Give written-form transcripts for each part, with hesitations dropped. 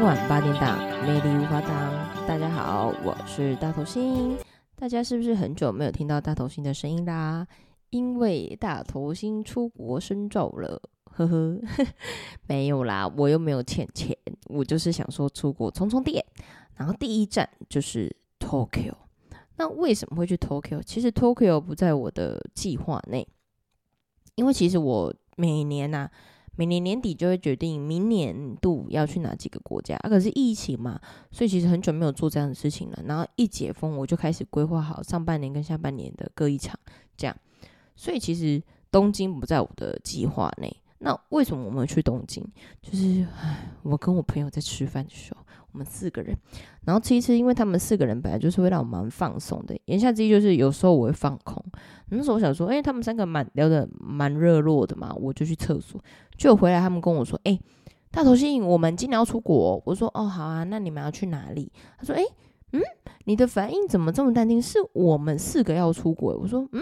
晚8点档，魅力无法挡。大家好，我是大头星。大家是不是很久没有听到大头星的声音啦？因为大头星出国深造了，呵呵，没有啦，我又没有欠钱，我就是想说出国充充电。然后第一站就是 Tokyo。那为什么会去 Tokyo？ 其实 Tokyo 不在我的计划内，因为其实我每年年底就会决定明年度要去哪几个国家可是疫情嘛，所以其实很久没有做这样的事情了。然后一解封，我就开始规划好上半年跟下半年的各一场，这样。所以其实东京不在我的计划内。那为什么我们去东京？就是我跟我朋友在吃饭的时候，我们4个人，然后吃一吃，因为他们4个人本来就是会让我蛮放松的。言下之意就是有时候我会放空。那时候我想说，他们3个聊得蛮热络的嘛，我就去厕所。就回来他们跟我说，大头星，我们今年要出国我说，好啊，那你们要去哪里？他说，你的反应怎么这么淡定？是我们4个要出国。我说，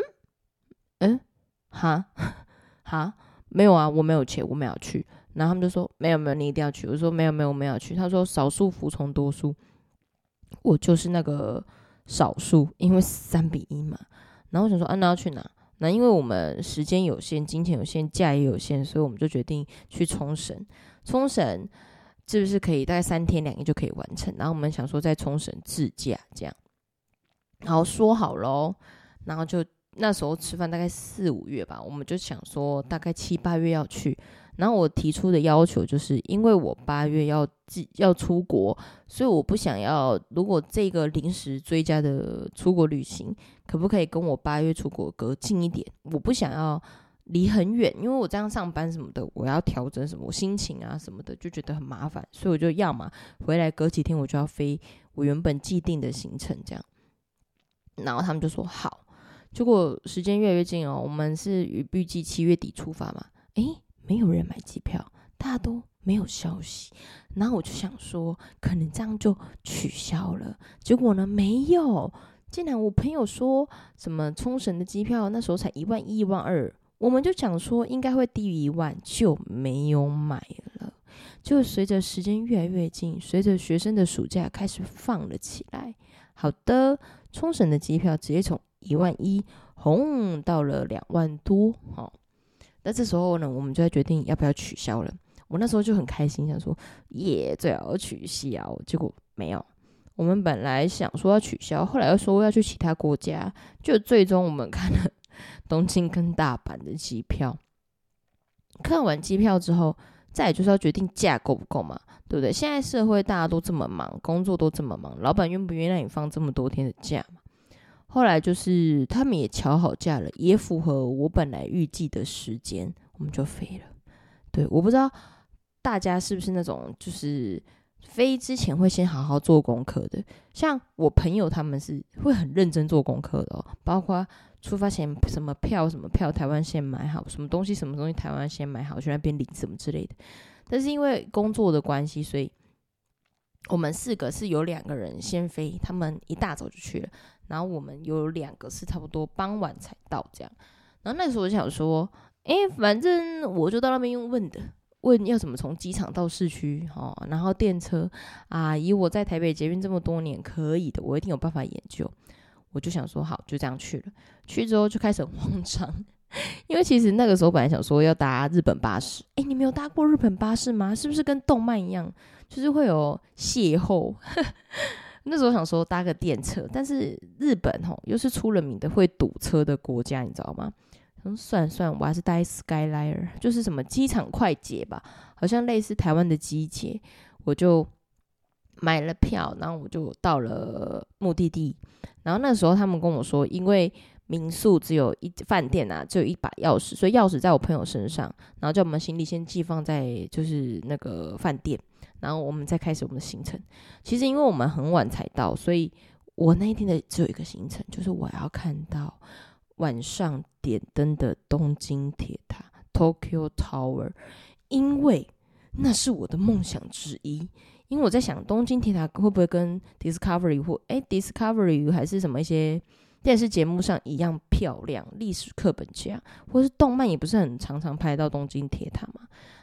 没有啊，我没有钱，我没有去。然后他们就说，没有，你一定要去。我说，没有，我没有去。他说，少数服从多数，我就是那个少数，因为3:1嘛。然后我想说，那要去哪？那因为我们时间有限，金钱有限，假也有限，所以我们就决定去冲绳。冲绳是不是可以大概3天2夜就可以完成？然后我们想说在冲绳自驾这样。然后说好咯，然后就那时候吃饭大概4、5月吧，我们就想说大概7、8月要去。然后我提出的要求就是因为我8月要出国，所以我不想要，如果这个临时追加的出国旅行可不可以跟我8月出国隔近一点，我不想要离很远，因为我这样上班什么的，我要调整什么我心情啊什么的，就觉得很麻烦，所以我就要嘛回来隔几天我就要飞我原本既定的行程这样。然后他们就说好，结果时间越来越近我们是预计7月底出发嘛，没有人买机票，大家都没有消息。然后我就想说可能这样就取消了，结果呢没有，竟然我朋友说什么冲绳的机票那时候才1万1、1万2，我们就讲说应该会低于1万，就没有买了。就随着时间越来越近，随着学生的暑假开始放了起来，好的，冲绳的机票直接从1万1轰到了2万多那这时候呢，我们就在决定要不要取消了。我那时候就很开心，想说最好要取消，结果没有。我们本来想说要取消，后来又说要去其他国家，就最终我们看了东京跟大阪的机票。看完机票之后，再来就是要决定假够不够嘛，对不对？现在社会大家都这么忙，工作都这么忙，老板愿不愿意让你放这么多天的假嘛？后来就是他们也瞧好假了，也符合我本来预计的时间，我们就飞了。对，我不知道大家是不是那种就是飞之前会先好好做功课的，像我朋友他们是会很认真做功课的包括出发前什么票台湾先买好，什么东西台湾先买好，去那边领什么之类的。但是因为工作的关系，所以我们4个是有2个人先飞，他们一大早就去了，然后我们有2个是差不多傍晚才到这样。然后那时候我就想说反正我就到那边用问要怎么从机场到市区然后电车以我在台北捷运这么多年，可以的，我一定有办法研究。我就想说好，就这样去了。去之后就开始很慌张，因为其实那个时候本来想说要搭日本巴士。你没有搭过日本巴士吗？是不是跟动漫一样，就是会有邂逅那时候想说搭个电车，但是日本又是出了名的会堵车的国家，你知道吗？算了，我还是搭 Skyliner， 就是什么机场快捷吧，好像类似台湾的机捷。我就买了票，然后我就到了目的地。然后那时候他们跟我说，因为民宿饭店只有1把钥匙，所以钥匙在我朋友身上，然后叫我们行李先寄放在就是那个饭店，然后我们再开始我们的行程。其实因为我们很晚才到，所以我那一天的只有一个行程，就是我要看到晚上点灯的东京铁塔 Tokyo Tower， 因为那是我的梦想之一。因为我在想东京铁塔会不会跟 Discovery 或Discovery 还是什么一些电视节目上一样漂亮，历史课本这样，或是动漫也不是很常拍到东京铁塔嘛。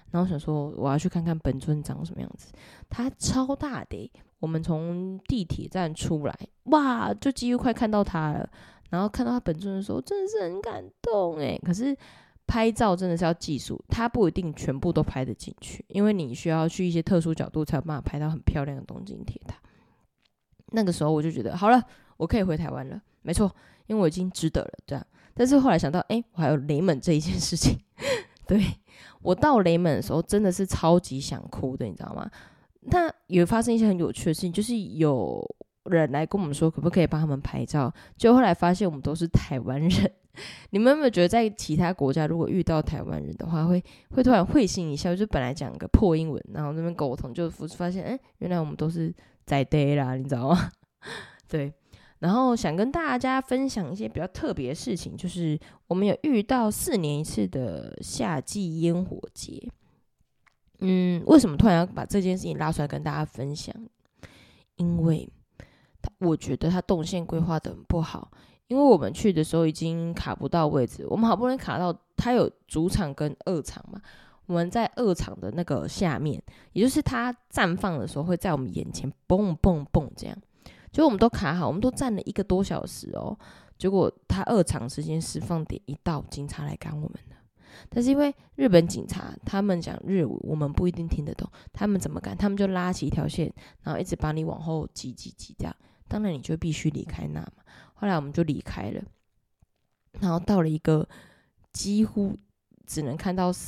然后想说我要去看看本尊长什么样子，它超大的我们从地铁站出来，哇，就几乎快看到它了。然后看到它本尊的时候，真的是很感动可是拍照真的是要技术，它不一定全部都拍得进去，因为你需要去一些特殊角度才有办法拍到很漂亮的东京铁塔。那个时候我就觉得好了，我可以回台湾了，没错，因为我已经值得了这样。但是后来想到，我还有雷门这一件事情，对，我到雷门的时候真的是超级想哭的，你知道吗？那有发生一些很有趣的事情，就是有人来跟我们说可不可以帮他们拍照，就后来发现我们都是台湾人。你们有没有觉得在其他国家如果遇到台湾人的话会突然会心一笑，就本来讲个破英文然后那边沟通，就发现原来我们都是在地啦，你知道吗？对，然后想跟大家分享一些比较特别的事情，就是我们有遇到4年一次的夏季烟火节。为什么突然要把这件事情拉出来跟大家分享？因为我觉得他动线规划的很不好，因为我们去的时候已经卡不到位置，我们好不容易卡到他有主场跟2场嘛，我们在2场的那个下面，也就是他绽放的时候会在我们眼前蹦蹦蹦这样，结果我们都卡好，我们都站了1个多小时结果他2场时间释放点一到，警察来赶我们了。但是因为日本警察他们讲日文，我们不一定听得懂，他们怎么赶？他们就拉起一条线，然后一直把你往后挤这样，当然你就必须离开那嘛。后来我们就离开了，然后到了一个几乎只能看到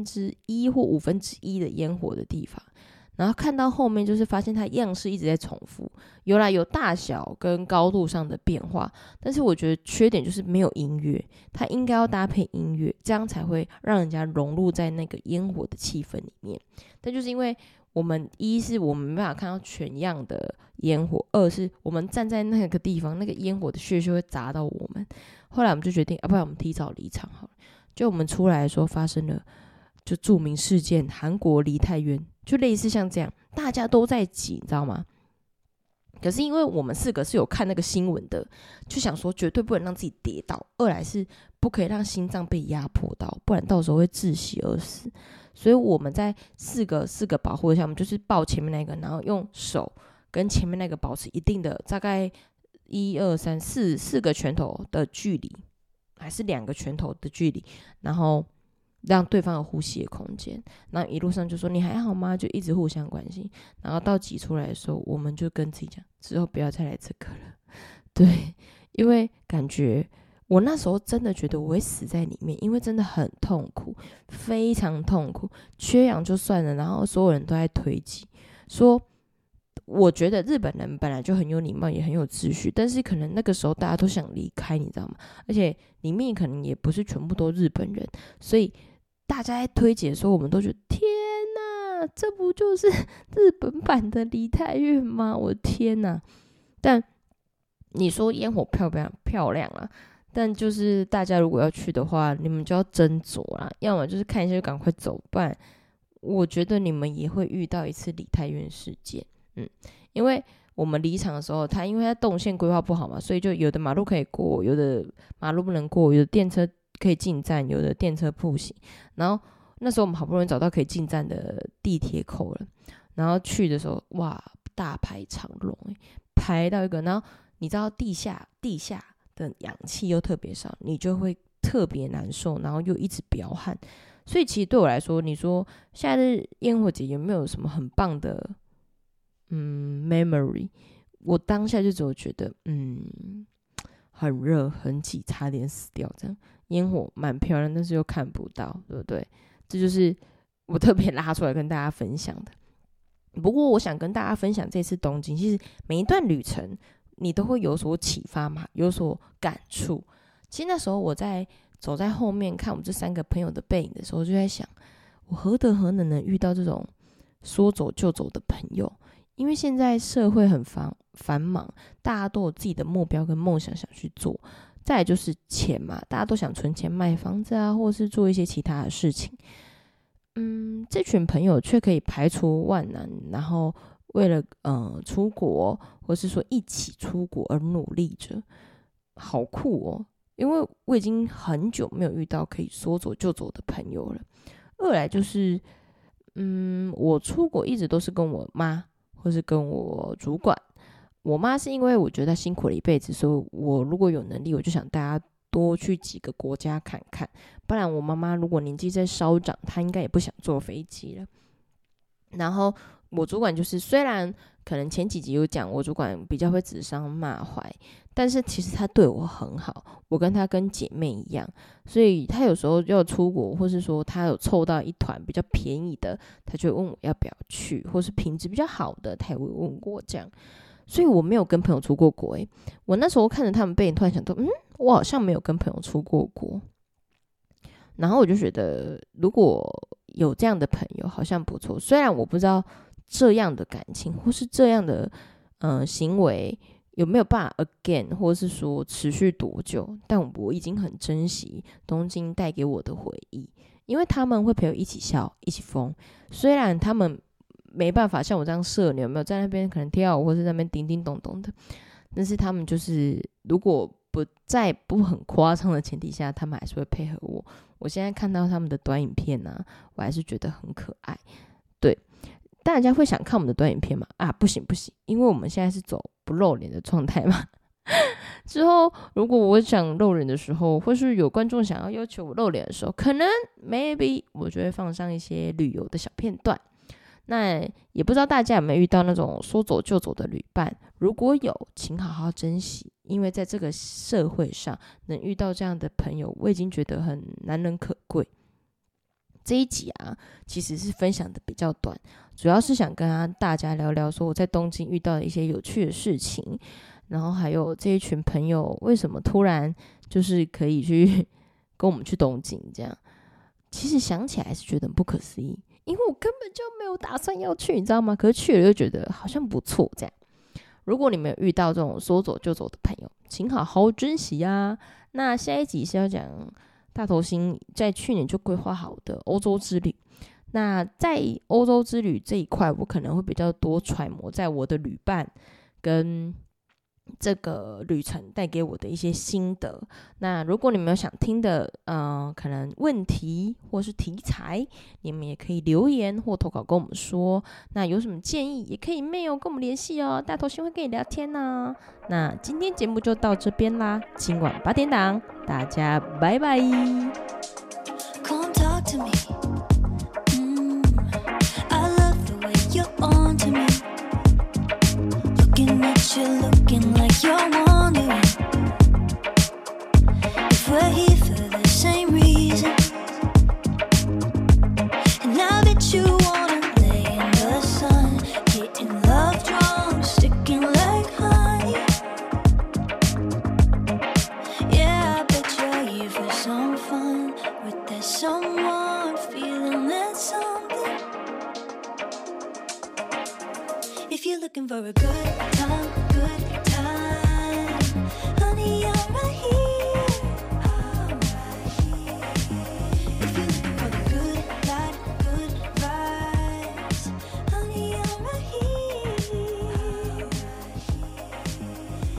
1/4或1/5的烟火的地方，然后看到后面就是发现它样式一直在重复，有大小跟高度上的变化，但是我觉得缺点就是没有音乐，它应该要搭配音乐，这样才会让人家融入在那个烟火的气氛里面。但就是因为我们一是我们没办法看到全样的烟火，二是我们站在那个地方，那个烟火的血会砸到我们。后来我们就决定，不然我们提早离场好了。就我们出来的时候发生了就著名事件，韩国梨泰院，就类似像这样，大家都在挤，你知道吗？可是因为我们4个是有看那个新闻的，就想说绝对不能让自己跌倒，二来是不可以让心脏被压迫到，不然到时候会窒息而死。所以我们在四个保护一下，我们就是抱前面那个，然后用手跟前面那个保持一定的大概1、2、3、4个拳头的距离，还是2个拳头的距离，然后让对方有呼吸的空间，然后一路上就说你还好吗？就一直互相关心，然后到挤出来的时候，我们就跟自己讲，之后不要再来这个了。对，因为感觉我那时候真的觉得我会死在里面，因为真的很痛苦，非常痛苦，缺氧就算了，然后所有人都在推挤，说我觉得日本人本来就很有礼貌，也很有秩序，但是可能那个时候大家都想离开，你知道吗？而且里面可能也不是全部都日本人，所以大家在推挤的时候，我们都觉得天哪，这不就是日本版的梨泰院吗？我的天哪！但你说烟火漂不漂亮啊？但就是大家如果要去的话，你们就要斟酌啦，要么就是看一下就赶快走，不然我觉得你们也会遇到一次梨泰院事件。因为我们离场的时候，因为它动线规划不好嘛，所以就有的马路可以过，有的马路不能过，有的电车可以进站，有的电车步行。然后那时候我们好不容易找到可以进站的地铁口了，然后去的时候，哇，大排长龙，排到一个，然后你知道地下的氧气又特别少，你就会特别难受，然后又一直飙汗。所以其实对我来说，你说夏日烟火节有没有什么很棒的memory？ 我当下就只有觉得很热很挤，差点死掉这样。烟火蛮漂亮，但是又看不到，对不对？这就是我特别拉出来跟大家分享的。不过我想跟大家分享这次东京，其实每一段旅程你都会有所启发嘛，有所感触。其实那时候我在走在后面看我们这3个朋友的背影的时候，就在想，我何德何能遇到这种说走就走的朋友？因为现在社会很繁忙，大家都有自己的目标跟梦想想去做。再来就是钱嘛，大家都想存钱买房子啊，或是做一些其他的事情。这群朋友却可以排除万难，然后为了出国，或是说一起出国而努力着，好酷哦！因为我已经很久没有遇到可以说走就走的朋友了。二来就是我出国一直都是跟我妈或是跟我主管。我妈是因为我觉得她辛苦了一辈子，所以我如果有能力，我就想带她多去几个国家看看。不然我妈妈如果年纪再稍长，她应该也不想坐飞机了。然后我主管就是虽然可能前几集有讲我主管比较会指桑骂槐，但是其实他对我很好，我跟他跟姐妹一样，所以他有时候要出国，或是说他有凑到一团比较便宜的，他就会问我要不要去，或是品质比较好的他也会问我这样。所以我没有跟朋友出过国我那时候看着他们背影，突然想说我好像没有跟朋友出过国。然后我就觉得如果有这样的朋友好像不错，虽然我不知道这样的感情或是这样的行为有没有办法 again 或是说持续多久，但我已经很珍惜东京带给我的回忆，因为他们会陪我一起笑一起疯。虽然他们没办法像我这样社牛，有没有在那边可能跳舞或是在那边叮叮咚咚的，但是他们就是如果在不很夸张的前提下，他们还是会配合我。我现在看到他们的短影片啊，我还是觉得很可爱。对，大家会想看我们的短影片吗？不行，因为我们现在是走不露脸的状态嘛。之后如果我想露脸的时候，或是有观众想要求我露脸的时候，可能 maybe 我就会放上一些旅游的小片段。那也不知道大家有没有遇到那种说走就走的旅伴，如果有，请好好珍惜，因为在这个社会上能遇到这样的朋友，我已经觉得很难能可贵。这一集其实是分享的比较短，主要是想跟大家聊聊说我在东京遇到的一些有趣的事情，然后还有这一群朋友为什么突然就是可以去跟我们去东京这样。其实想起来是觉得很不可思议，因为我根本就没有打算要去，你知道吗？可是去了又觉得好像不错这样。如果你们有遇到这种说走就走的朋友，请好好珍惜啊。那下一集是要讲大头星在去年就规划好的欧洲之旅。那在欧洲之旅这一块，我可能会比较多揣摩在我的旅伴跟这个旅程带给我的一些心得。那如果你们有想听的可能问题或是题材，你们也可以留言或投稿跟我们说。那有什么建议也可以 mail 跟我们联系哦，大头星会跟你聊天哦。那今天节目就到这边啦，今晚8点档，大家拜拜。Come talk to me. I love the way you're on to me. Looking at you, looking like you're wondering if we're here for the same reason. And I bet you wanna lay in the sun, getting love drunk, sticking like honey. Yeah, I bet you're here for some fun with that someone, feeling that something. If you're looking for a good time, honey,